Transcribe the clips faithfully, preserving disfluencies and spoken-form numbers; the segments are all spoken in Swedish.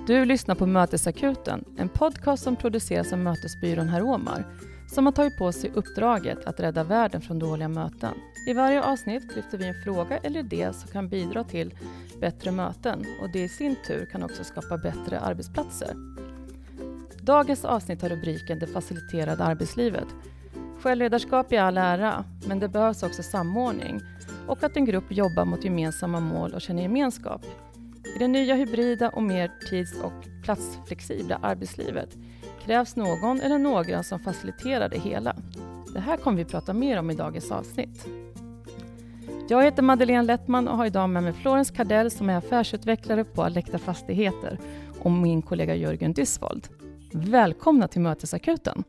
Du lyssnar på Mötesakuten, en podcast som produceras av Mötesbyrån Herr Omar, som har tagit på sig uppdraget att rädda världen från dåliga möten. I varje avsnitt lyfter vi en fråga eller idé som kan bidra till bättre möten, och det i sin tur kan också skapa bättre arbetsplatser. Dagens avsnitt har rubriken Det faciliterade arbetslivet. Självledarskap i all ära, men det behövs också samordning och att en grupp jobbar mot gemensamma mål och känner gemenskap. I det nya hybrida och mer tids- och platsflexibla arbetslivet krävs någon eller några som faciliterar det hela. Det här kommer vi prata mer om i dagens avsnitt. Jag heter Madeleine Lettman och har idag med mig Florence Kardell som är affärsutvecklare på Alecta Fastigheter och min kollega Jörgen Dysvold. Välkomna till Mötesakuten!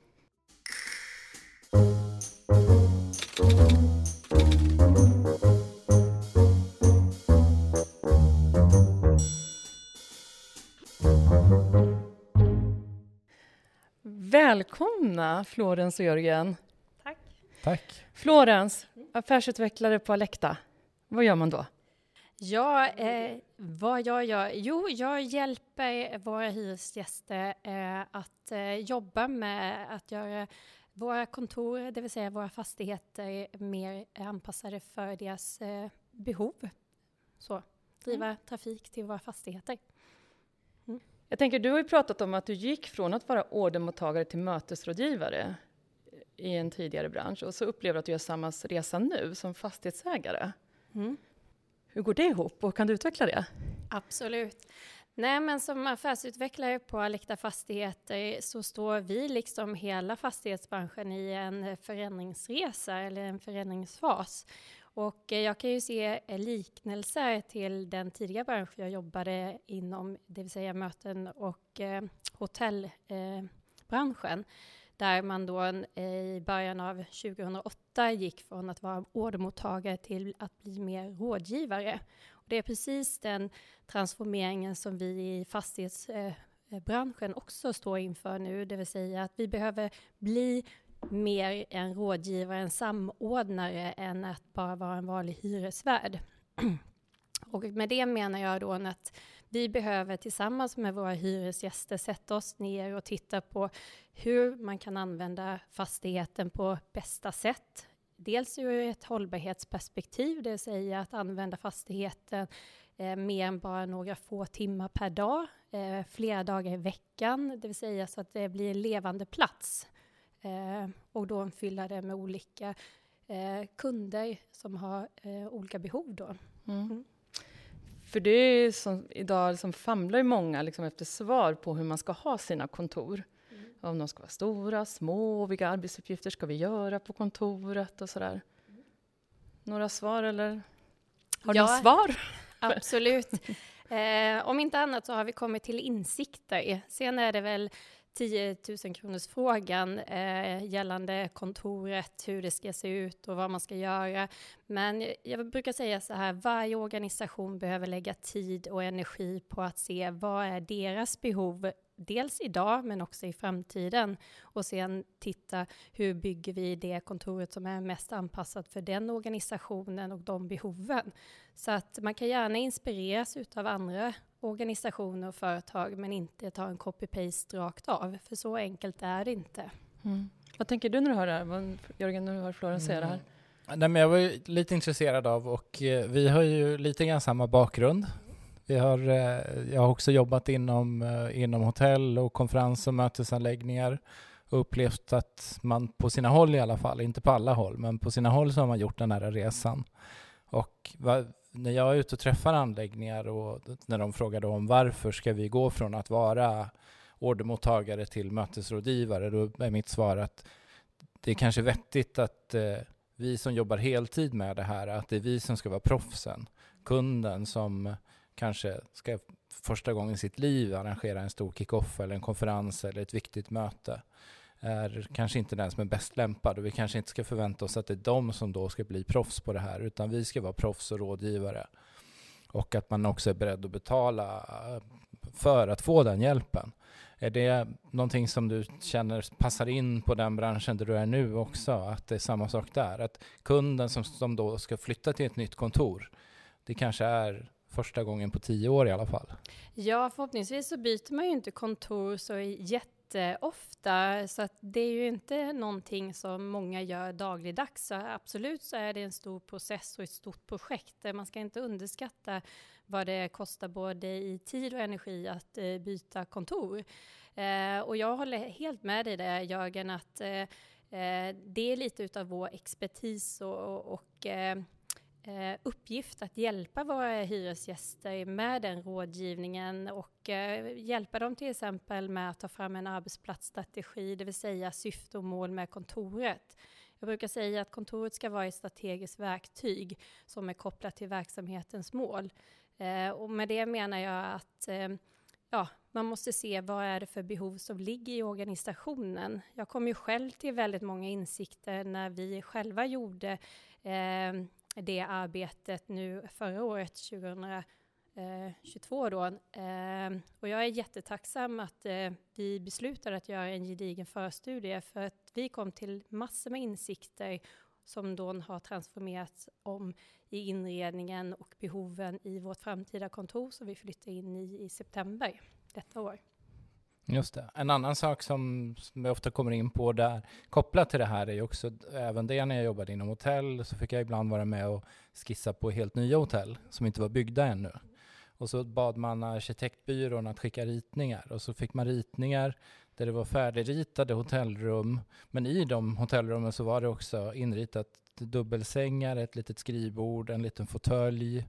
Välkomna Florence och Jörgen. Tack. Tack. Florence, affärsutvecklare på Alecta. Vad gör man då? Ja, eh, vad jag gör? Jo, jag hjälper våra hyresgäster eh, att eh, jobba med att göra våra kontor, det vill säga våra fastigheter, mer anpassade för deras eh, behov. Så, driva mm. trafik till våra fastigheter. Mm. Jag tänker, du har ju pratat om att du gick från att vara ordermottagare till mötesrådgivare i en tidigare bransch, och så upplever att du gör samma resa nu som fastighetsägare. Mm. Hur går det ihop och kan du utveckla det? Absolut. Nej, men som affärsutvecklare på Alecta Fastigheter så står vi liksom hela fastighetsbranschen i en förändringsresa eller en förändringsfas. Och jag kan ju se liknelser till den tidiga branschen jag jobbade inom, det vill säga möten och eh, hotellbranschen. Eh, där man då eh, i början av tjugohundraåtta gick från att vara ordermottagare till att bli mer rådgivare. Och det är precis den transformeringen som vi i fastighetsbranschen också står inför nu. Det vill säga att vi behöver bli mer en rådgivare, en samordnare än att bara vara en vanlig hyresvärd. Och med det menar jag då att vi behöver tillsammans med våra hyresgäster sätta oss ner och titta på hur man kan använda fastigheten på bästa sätt. Dels ur ett hållbarhetsperspektiv, det vill säga att använda fastigheten eh, mer än bara några få timmar per dag, eh, flera dagar i veckan, det vill säga så att det blir en levande plats. Eh, och då fylla det med olika eh, kunder som har eh, olika behov då. Mm. Mm. För det är som idag liksom famlar ju många liksom efter svar på hur man ska ha sina kontor. Mm. Om de ska vara stora, små, vilka arbetsuppgifter ska vi göra på kontoret och sådär. Mm. Några svar eller? Har ja, du svar? Absolut. eh, om inte annat så har vi kommit till insikter. Sen är det väl tio tusen kronors frågan eh, gällande kontoret, hur det ska se ut och vad man ska göra. Men jag brukar säga så här, varje organisation behöver lägga tid och energi på att se vad är deras behov, dels idag men också i framtiden. Och sen titta hur bygger vi det kontoret som är mest anpassat för den organisationen och de behoven. Så att man kan gärna inspireras utav andra organisationer och företag men inte ta en copy-paste rakt av. För så enkelt är det inte. Mm. Vad tänker du när du hör det här? Vad, Jörgen, när du hör Florence säga det här? Nej, men jag var ju lite intresserad av och eh, vi har ju lite grann samma bakgrund. Vi har, eh, jag har också jobbat inom, eh, inom hotell och konferens- och mötesanläggningar och upplevt att man på sina håll i alla fall, inte på alla håll, men på sina håll så har man gjort den här resan. Och va, när jag är ute och träffar anläggningar och när de frågar då om varför ska vi gå från att vara ordermottagare till mötesrådgivare, då är mitt svar att det är kanske vettigt att eh, vi som jobbar heltid med det här, att det är vi som ska vara proffsen. Kunden som kanske ska första gången i sitt liv arrangera en stor kick-off eller en konferens eller ett viktigt möte är kanske inte den som är bäst lämpad, och vi kanske inte ska förvänta oss att det är de som då ska bli proffs på det här, utan vi ska vara proffs och rådgivare, och att man också är beredd att betala för att få den hjälpen. Är det någonting som du känner passar in på den branschen där du är nu också, att det är samma sak där, att kunden som, som då ska flytta till ett nytt kontor, det kanske är första gången på tio år i alla fall. Ja, förhoppningsvis så byter man ju inte kontor så jätteofta, så att det är ju inte någonting som många gör dagligdags. Så absolut så är det en stor process och ett stort projekt. Man ska inte underskatta vad det kostar både i tid och energi att eh, byta kontor. Eh, och jag håller helt med dig där, Jörgen, att eh, det är lite utav vår expertis och, och eh, uppgift att hjälpa våra hyresgäster med den rådgivningen och eh, hjälpa dem till exempel med att ta fram en arbetsplatsstrategi, det vill säga syfte och mål med kontoret. Jag brukar säga att kontoret ska vara ett strategiskt verktyg som är kopplat till verksamhetens mål. Eh, och med det menar jag att eh, ja, man måste se vad är det för behov som ligger i organisationen. Jag kom ju själv till väldigt många insikter när vi själva gjorde eh, det arbetet nu förra året, tjugohundratjugotvå då. Eh, och jag är jättetacksam att eh, vi beslutade att göra en gedigen förstudie, för att vi kom till massor med insikter som då har transformerats om i inredningen och behoven i vårt framtida kontor som vi flyttar in i i september detta år. Just det. En annan sak som, som jag ofta kommer in på där kopplat till det här är ju också, även det när jag jobbade inom hotell så fick jag ibland vara med och skissa på helt nya hotell som inte var byggda ännu. Och så bad man arkitektbyrån att skicka ritningar och så fick man ritningar där det var färdigritade hotellrum, men i de hotellrummen så var det också inritat dubbelsängar, ett litet skrivbord, en liten fåtölj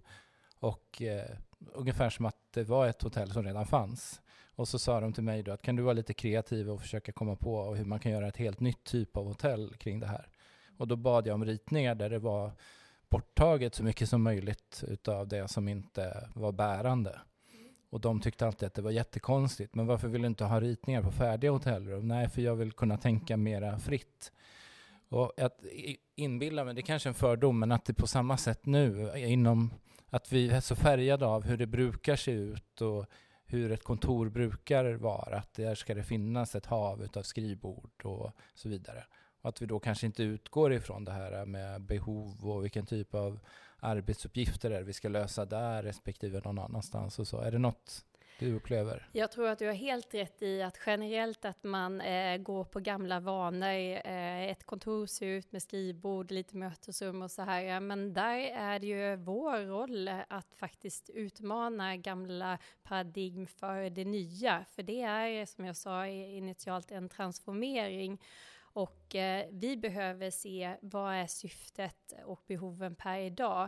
och eh, ungefär som att det var ett hotell som redan fanns. Och så sa de till mig då att kan du vara lite kreativ och försöka komma på hur man kan göra ett helt nytt typ av hotell kring det här. Och då bad jag om ritningar där det var borttaget så mycket som möjligt utav det som inte var bärande. Och de tyckte alltid att det var jättekonstigt. Men varför vill du inte ha ritningar på färdiga hotellrum? Nej, för jag vill kunna tänka mera fritt. Och att inbilla mig, det är kanske en fördom, men att det på samma sätt nu inom att vi är så färgade av hur det brukar se ut och hur ett kontor brukar vara, att där ska det finnas ett hav av skrivbord och så vidare. Och att vi då kanske inte utgår ifrån det här med behov och vilken typ av arbetsuppgifter är vi ska lösa där respektive någon annanstans och så. Är det något du upplever? Jag tror att du har helt rätt i att generellt att man eh, går på gamla vanor. Eh, ett kontor ser ut med skrivbord, lite mötesrum och så här. Ja, men där är det ju vår roll att faktiskt utmana gamla paradigm för det nya. För det är, som jag sa initialt, en transformering. Och eh, vi behöver se vad är syftet och behoven per idag.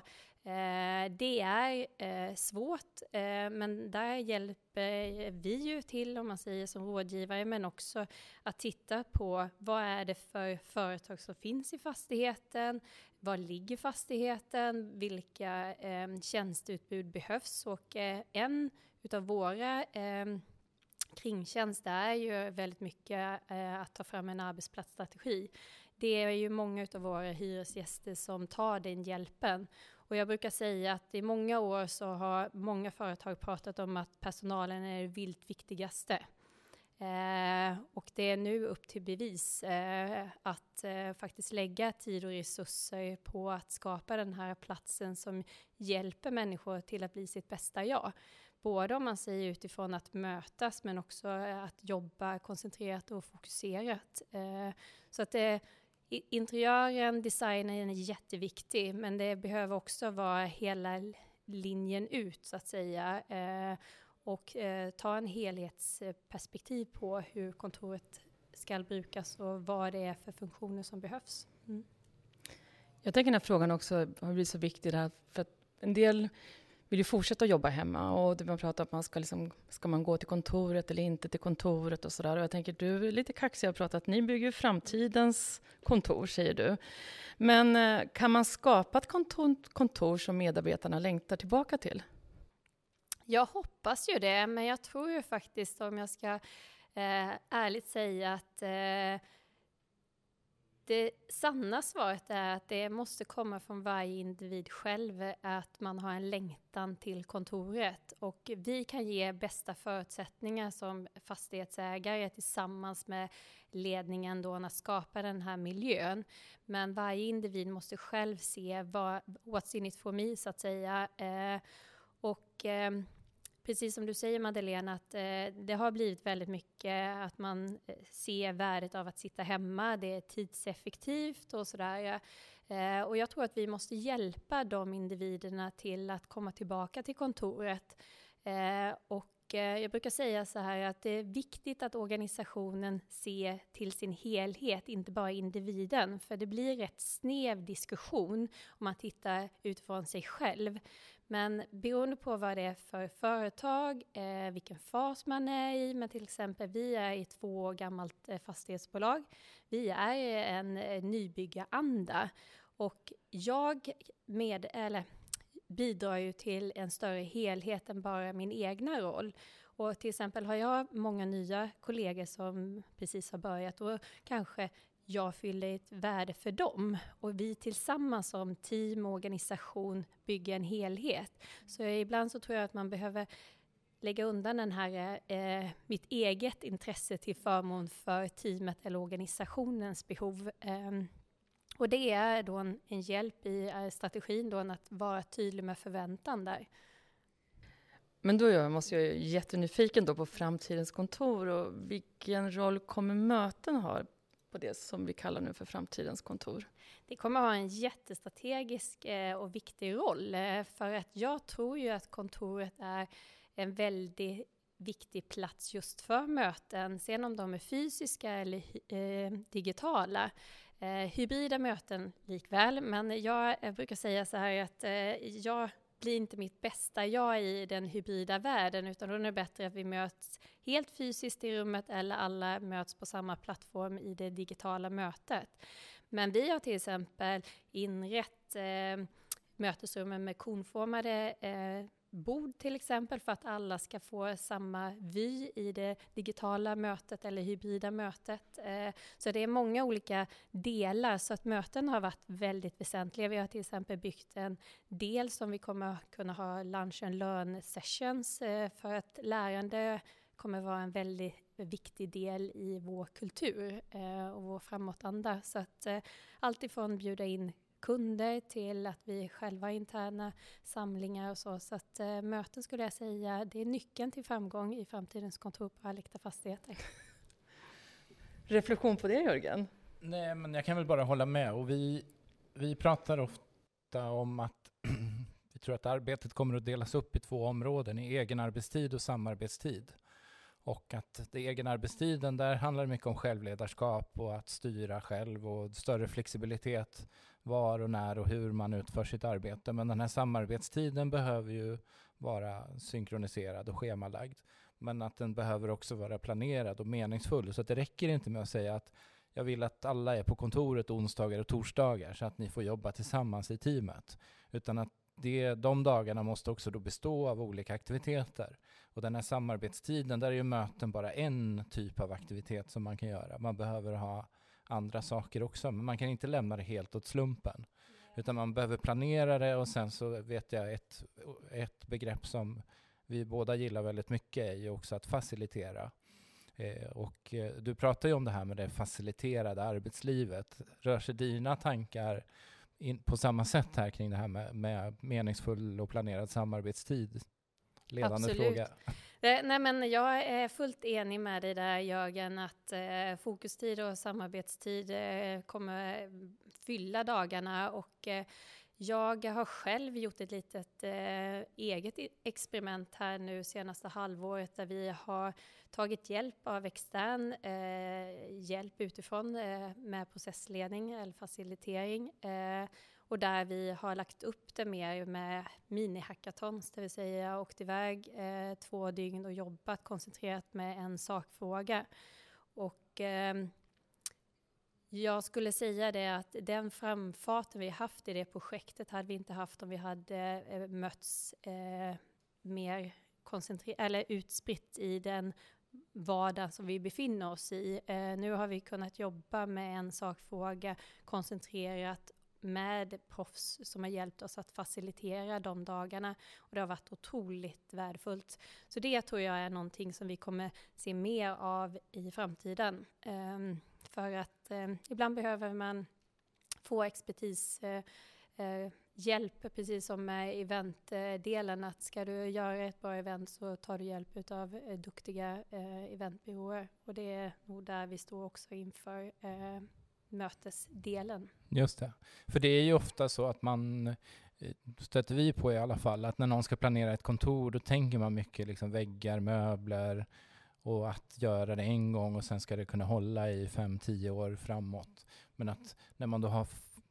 Eh, det är eh, svårt, eh, men där hjälper vi ju till, om man säger som rådgivare, men också att titta på vad är det för företag som finns i fastigheten, var ligger fastigheten, vilka eh, tjänsteutbud behövs, och eh, en utav våra eh, kringtjänst är ju väldigt mycket eh, att ta fram en arbetsplatsstrategi. Det är ju många av våra hyresgäster som tar den hjälpen. Och jag brukar säga att i många år så har många företag pratat om att personalen är det vilt viktigaste. Eh, och det är nu upp till bevis eh, att eh, faktiskt lägga tid och resurser på att skapa den här platsen som hjälper människor till att bli sitt bästa jag. Både om man säger utifrån att mötas, men också att jobba koncentrerat och fokuserat. Eh, så att det, interiören, designen är jätteviktig, men det behöver också vara hela linjen ut så att säga. Eh, och eh, ta en helhetsperspektiv på hur kontoret ska brukas och vad det är för funktioner som behövs. Mm. Jag tänker den här frågan också har blivit så viktig där, för att en del vill ju fortsätta jobba hemma, och man pratar om att man ska, liksom, ska man gå till kontoret eller inte till kontoret och sådär. Och jag tänker, du är lite kaxig och pratat att ni bygger framtidens kontor, säger du. Men eh, kan man skapa ett kontor, kontor som medarbetarna längtar tillbaka till? Jag hoppas ju det, men jag tror ju faktiskt, om jag ska eh, ärligt säga, att eh, det sanna svaret är att det måste komma från varje individ själv, att man har en längtan till kontoret. Och vi kan ge bästa förutsättningar som fastighetsägare tillsammans med ledningen då att skapa den här miljön. Men varje individ måste själv se vad, what's in it for me, så att säga. Eh, Och eh, precis som du säger Madeleine, att eh, det har blivit väldigt mycket att man eh, ser värdet av att sitta hemma. Det är tidseffektivt och sådär. Eh, och jag tror att vi måste hjälpa de individerna till att komma tillbaka till kontoret. Eh, och eh, jag brukar säga så här att det är viktigt att organisationen ser till sin helhet, inte bara individen. För det blir rätt snäv diskussion om man tittar utifrån sig själv. Men beroende på vad det är för företag, eh, vilken fas man är i, men till exempel vi är i två år gammalt eh, fastighetsbolag. Vi är en eh, nybyggaranda och jag med, eller, bidrar ju till en större helhet än bara min egna roll. Och till exempel har jag många nya kollegor som precis har börjat och kanske jag fyller ett värde för dem. Och vi tillsammans som team och organisation bygger en helhet. Så ibland så tror jag att man behöver lägga undan den här, eh, mitt eget intresse till förmån för teamet eller organisationens behov. Eh, och det är då en, en hjälp i eh, strategin då att vara tydlig med förväntan där. Men då jag måste jag är jättenyfiken då på framtidens kontor och vilken roll kommer möten ha på det som vi kallar nu för framtidens kontor? Det kommer att ha en jättestrategisk eh, och viktig roll eh, för att jag tror ju att kontoret är en väldigt viktig plats just för möten. Sen om de är fysiska eller eh, digitala. Eh, hybrida möten likväl, men jag, jag brukar säga så här att eh, jag blir inte mitt bästa jag i den hybrida världen, utan då är det bättre att vi möts helt fysiskt i rummet eller alla möts på samma plattform i det digitala mötet. Men vi har till exempel inrett eh, mötesrummen med konformade eh, bord till exempel för att alla ska få samma vy i det digitala mötet eller hybrida mötet. Eh, så det är många olika delar så att möten har varit väldigt väsentliga. Vi har till exempel byggt en del som vi kommer kunna ha lunch and learn sessions eh, för att lärande kommer vara en väldigt viktig del i vår kultur eh, och vår framåtanda. Så att eh, alltifrån bjuda in kunder till att vi själva har interna samlingar och så. Så att eh, möten skulle jag säga, det är nyckeln till framgång i framtidens kontor på Alecta Fastigheter. Reflektion på det, Jörgen? Nej, men jag kan väl bara hålla med. Och vi, vi pratar ofta om att vi tror att arbetet kommer att delas upp i två områden, i egen arbetstid och samarbetstid. Och att det egen arbetstiden, där handlar mycket om självledarskap och att styra själv och större flexibilitet var och när och hur man utför sitt arbete. Men den här samarbetstiden behöver ju vara synkroniserad och schemalagd. Men att den behöver också vara planerad och meningsfull. Så att det räcker inte med att säga att jag vill att alla är på kontoret onsdagar och torsdagar så att ni får jobba tillsammans i teamet. Utan att det, de dagarna måste också då bestå av olika aktiviteter. Och den här samarbetstiden, där är ju möten bara en typ av aktivitet som man kan göra. Man behöver ha andra saker också, men man kan inte lämna det helt åt slumpen. Utan man behöver planera det, och sen så vet jag ett, ett begrepp som vi båda gillar väldigt mycket är ju också att facilitera. Eh, och eh, du pratar ju om det här med det faciliterade arbetslivet. Rör sig dina tankar in, på samma sätt här kring det här med, med meningsfull och planerad samarbetstid? Ledande Absolut. Fråga. Nej, men jag är fullt enig med dig där, Jörgen, att eh, fokustid och samarbetstid eh, kommer fylla dagarna. Och eh, jag har själv gjort ett litet eh, eget experiment här nu senaste halvåret där vi har tagit hjälp av extern eh, hjälp utifrån eh, med processledning eller facilitering. Eh, Och där vi har lagt upp det mer med mini-hackathons, det vill säga åkt iväg eh, två dygn och jobbat koncentrerat med en sakfråga. Och eh, jag skulle säga det att den framfarten vi haft i det projektet hade vi inte haft om vi hade eh, mötts eh, mer koncentrerat eller utspritt i den vardag som vi befinner oss i. Eh, nu har vi kunnat jobba med en sakfråga koncentrerat med proffs som har hjälpt oss att facilitera de dagarna. Och det har varit otroligt värdefullt. Så det tror jag är någonting som vi kommer se mer av i framtiden. Um, för att um, ibland behöver man få expertis uh, uh, hjälp, precis som med eventdelen, att ska du göra ett bra event så tar du hjälp av eh, duktiga eh, eventbyråer. Och det är nog där vi står också inför eh, mötesdelen. Just det. För det är ju ofta så att man, stöter vi på i alla fall, att när någon ska planera ett kontor då tänker man mycket liksom väggar, möbler och att göra det en gång och sen ska det kunna hålla i fem, tio år framåt. Men att när man då har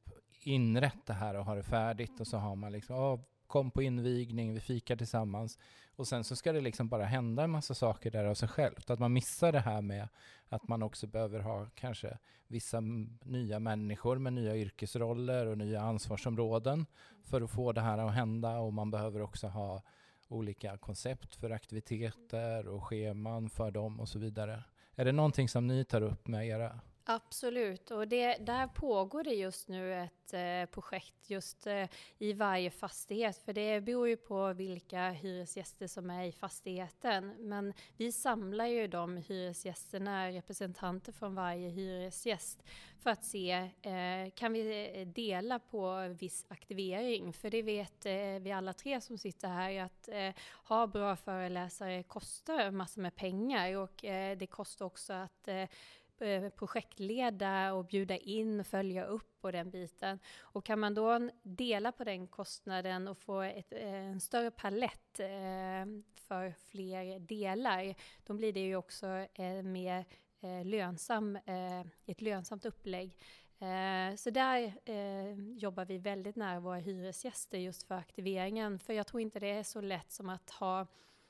inrätt det här och har det färdigt och så har man liksom, oh, kom på invigning, vi fikar tillsammans och sen så ska det liksom bara hända en massa saker där av sig självt. Att man missar det här med att man också behöver ha kanske vissa m- nya människor med nya yrkesroller och nya ansvarsområden för att få det här att hända, och man behöver också ha olika koncept för aktiviteter och scheman för dem och så vidare. Är det någonting som ni tar upp med era? Absolut, och det, där pågår det just nu ett eh, projekt just eh, i varje fastighet, för det beror ju på vilka hyresgäster som är i fastigheten, men vi samlar ju de hyresgästerna, representanter från varje hyresgäst, för att se, eh, kan vi dela på viss aktivering, för det vet eh, vi alla tre som sitter här, att eh, ha bra föreläsare kostar massor med pengar, och eh, det kostar också att eh, projektleda och bjuda in och följa upp på den biten. Och kan man då dela på den kostnaden och få ett, en större palett eh, för fler delar, då blir det ju också eh, mer eh, lönsam, eh, ett lönsamt upplägg. Eh, så där eh, jobbar vi väldigt nära våra hyresgäster just för aktiveringen, för jag tror inte det är så lätt som att ha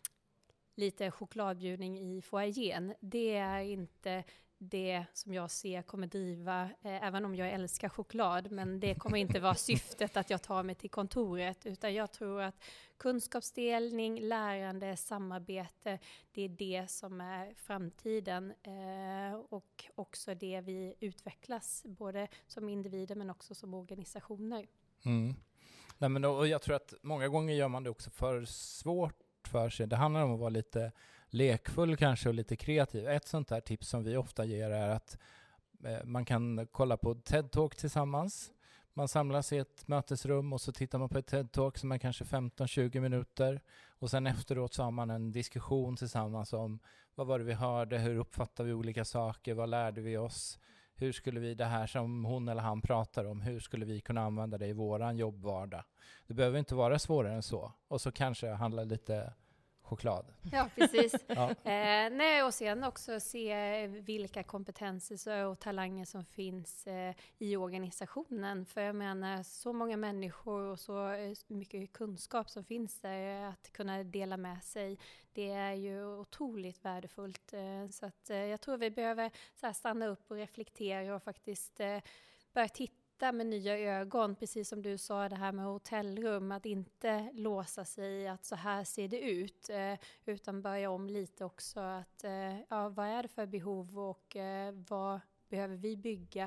lite chokladbjudning i foajén. Det är inte det som jag ser kommer driva, eh, även om jag älskar choklad, men det kommer inte vara syftet att jag tar mig till kontoret, utan jag tror att kunskapsdelning, lärande, samarbete, det är det som är framtiden eh, och också det vi utvecklas både som individer men också som organisationer. Mm. Nej, men då, och jag tror att många gånger gör man det också för svårt för sig. Det handlar om att vara lite lekfull kanske och lite kreativ. Ett sånt här tips som vi ofta ger är att eh, man kan kolla på TED-talk tillsammans. Man samlas i ett mötesrum och så tittar man på ett TED-talk som är kanske femton till tjugo minuter. Och sen efteråt så har man en diskussion tillsammans om vad var det vi hörde, hur uppfattar vi olika saker, vad lärde vi oss, hur skulle vi det här som hon eller han pratar om, hur skulle vi kunna använda det i våran jobbvardag. Det behöver inte vara svårare än så. Och så kanske handla lite choklad. Ja, precis. Ja. Eh, nej, och sen också se vilka kompetenser och talanger som finns eh, i organisationen. För jag menar, så många människor och så mycket kunskap som finns där att kunna dela med sig. Det är ju otroligt värdefullt. Eh, så att, eh, jag tror vi behöver så här, stanna upp och reflektera och faktiskt eh, börja titta med nya ögon, precis som du sa det här med hotellrum, att inte låsa sig i att så här ser det ut, eh, utan börja om lite också, att eh, ja, vad är det för behov och eh, vad behöver vi bygga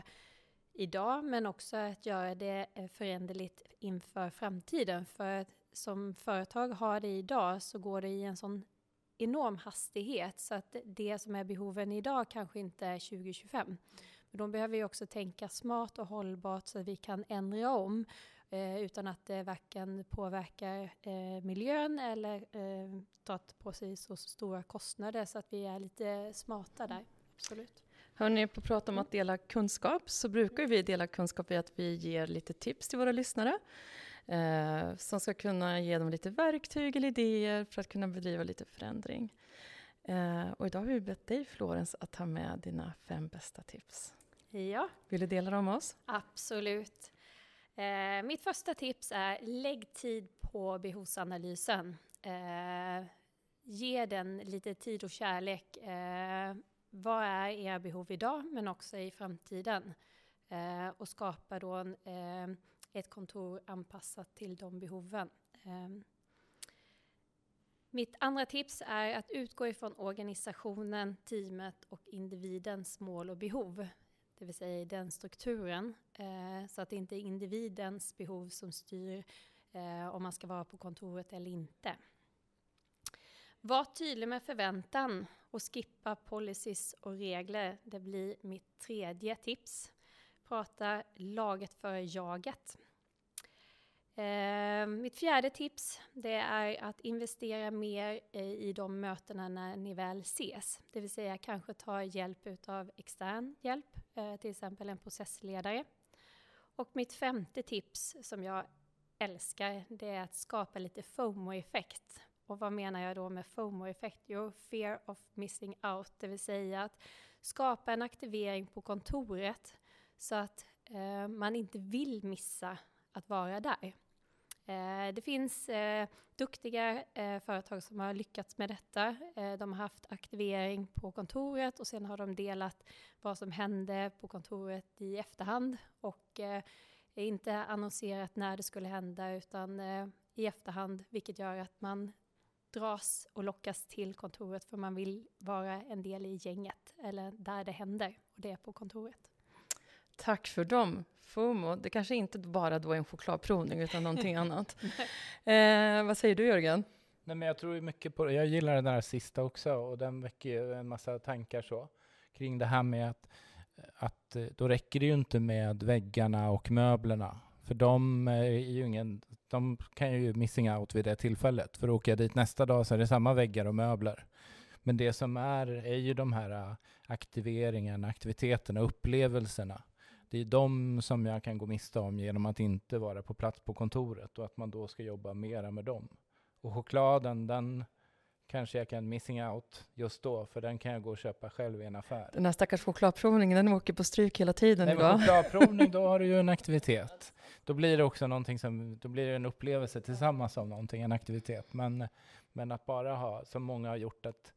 idag, men också att göra det föränderligt inför framtiden, för att som företag har det idag så går det i en sån enorm hastighet, så att det som är behoven idag kanske inte är tjugo tjugofem. Men då behöver vi också tänka smart och hållbart så att vi kan ändra om eh, utan att det varken påverkar eh, miljön eller eh, tar på sig så stora kostnader, så att vi är lite smarta där. Absolut. Hörrni, på att prata om att dela kunskap så brukar vi dela kunskap i att vi ger lite tips till våra lyssnare eh, som ska kunna ge dem lite verktyg eller idéer för att kunna bedriva lite förändring. Eh, och idag har vi bett dig, Florence, att ta med dina fem bästa tips. Ja. Vill du dela dem med oss? Absolut. Eh, mitt första tips är lägg tid på behovsanalysen. Eh, ge den lite tid och kärlek. Eh, vad är era behov idag men också i framtiden? Eh, och skapa då en, eh, ett kontor anpassat till de behoven. Eh, Mitt andra tips är att utgå ifrån organisationen, teamet och individens mål och behov. Det vill säga den strukturen. Eh, så att det inte är individens behov som styr eh, om man ska vara på kontoret eller inte. Var tydlig med förväntan och skippa policies och regler. Det blir mitt tredje tips. Prata laget för jaget. Eh, mitt fjärde tips, det är att investera mer eh, i de mötena när ni väl ses. Det vill säga kanske ta hjälp av extern hjälp, eh, till exempel en processledare. Och mitt femte tips som jag älskar, det är att skapa lite FOMO-effekt. Och vad menar jag då med FOMO-effekt? Jo, fear of missing out, det vill säga att skapa en aktivering på kontoret så att eh, man inte vill missa att vara där. Eh, det finns eh, duktiga eh, företag som har lyckats med detta. Eh, de har haft aktivering på kontoret och sen har de delat vad som hände på kontoret i efterhand. Och eh, inte annonserat när det skulle hända utan eh, i efterhand, vilket gör att man dras och lockas till kontoret för man vill vara en del i gänget eller där det händer, och det är på kontoret. Tack för dem. FOMO, det kanske inte bara då är en chokladprovning utan någonting annat. Eh, vad säger du, Jörgen? Nej, men jag tror mycket på det. Jag gillar den där sista också, och den väcker ju en massa tankar så kring det här med att, att då räcker det ju inte med väggarna och möblerna. För de är ju ingen, de kan ju missing out vid det tillfället. För åker jag dit nästa dag så är det samma väggar och möbler. Men det som är är ju de här aktiveringarna, aktiviteterna, upplevelserna. Det är de som jag kan gå miste om genom att inte vara på plats på kontoret, och att man då ska jobba mera med dem. Och chokladen, den kanske jag kan missing out just då, för den kan jag gå och köpa själv i en affär. Den här stackars chokladprovningen, den åker på stryk hela tiden. Nej, men chokladprovning, då har du ju en aktivitet. Då blir det också någonting som, då blir det en upplevelse tillsammans av någonting, en aktivitet. Men, men att bara ha, som många har gjort, att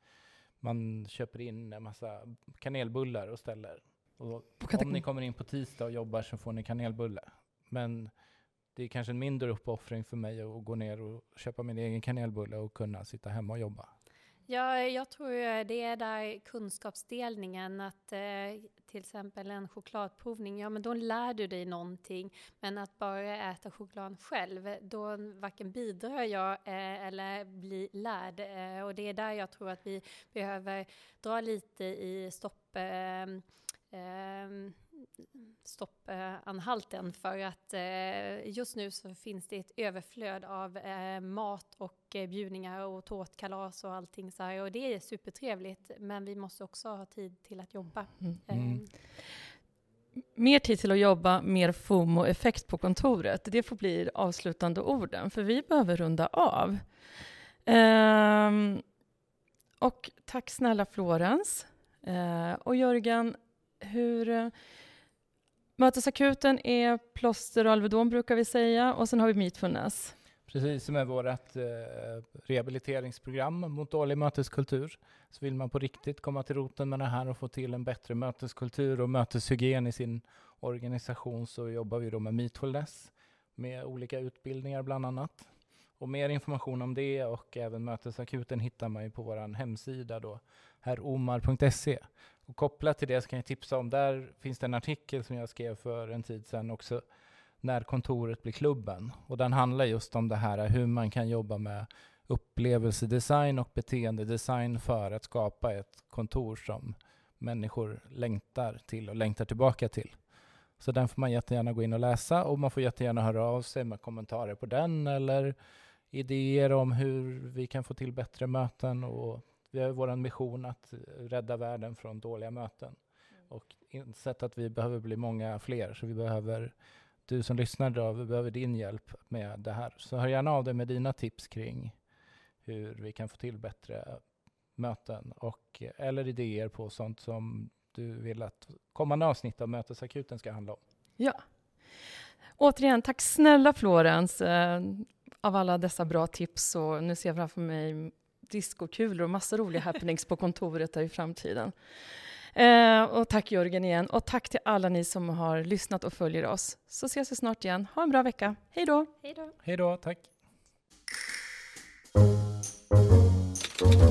man köper in en massa kanelbullar och ställer. Och om ni kommer in på tisdag och jobbar så får ni kanelbulle. Men det är kanske en mindre uppoffring för mig att gå ner och köpa min egen kanelbulle och kunna sitta hemma och jobba. Ja, jag tror det är där kunskapsdelningen, att eh, till exempel en chokladprovning, ja men då lär du dig någonting, men att bara äta choklad själv, då varken bidrar jag eh, eller blir lärd. Eh, och det är där jag tror att vi behöver dra lite i stopp... Eh, Eh, stoppanhalten, för att eh, just nu så finns det ett överflöd av eh, mat och eh, bjudningar och tårtkalas och allting så här, och det är supertrevligt, men vi måste också ha tid till att jobba. Mm. Eh. Mer tid till att jobba, mer FOMO-effekt på kontoret. Det får bli avslutande orden, för vi behöver runda av. Ehm, och tack snälla Florens. Ehm, och Jörgen, hur mötesakuten är plåster och Alvedon brukar vi säga, och sen har vi Meetfulness. Precis, som är vårt eh, rehabiliteringsprogram mot dålig möteskultur. Så vill man på riktigt komma till roten med det här och få till en bättre möteskultur och möteshygien i sin organisation, så jobbar vi då med Meetfulness med olika utbildningar bland annat. Och mer information om det och även mötesakuten hittar man ju på vår hemsida då, herromar punkt se. Och kopplat till det så kan jag tipsa om, där finns det en artikel som jag skrev för en tid sedan också, när kontoret blir klubben. Och den handlar just om det här, hur man kan jobba med upplevelsedesign och beteendedesign för att skapa ett kontor som människor längtar till och längtar tillbaka till. Så den får man jättegärna gå in och läsa, och man får jättegärna höra av sig med kommentarer på den eller idéer om hur vi kan få till bättre möten. Och vi har vår mission att rädda världen från dåliga möten. Mm. Och insett att vi behöver bli många fler. Så vi behöver, du som lyssnar idag, vi behöver din hjälp med det här. Så hör gärna av dig med dina tips kring hur vi kan få till bättre möten. Och, eller idéer på sånt som du vill att kommande avsnitt av Mötesakuten ska handla om. Ja. Återigen, tack snälla Florens eh, av alla dessa bra tips. Och nu ser jag framför mig diskokulor och massa roliga happenings på kontoret där i framtiden. Eh, och tack Jörgen igen. Och tack till alla ni som har lyssnat och följer oss. Så ses vi snart igen. Ha en bra vecka. Hej då! Hej då! Hej då, tack!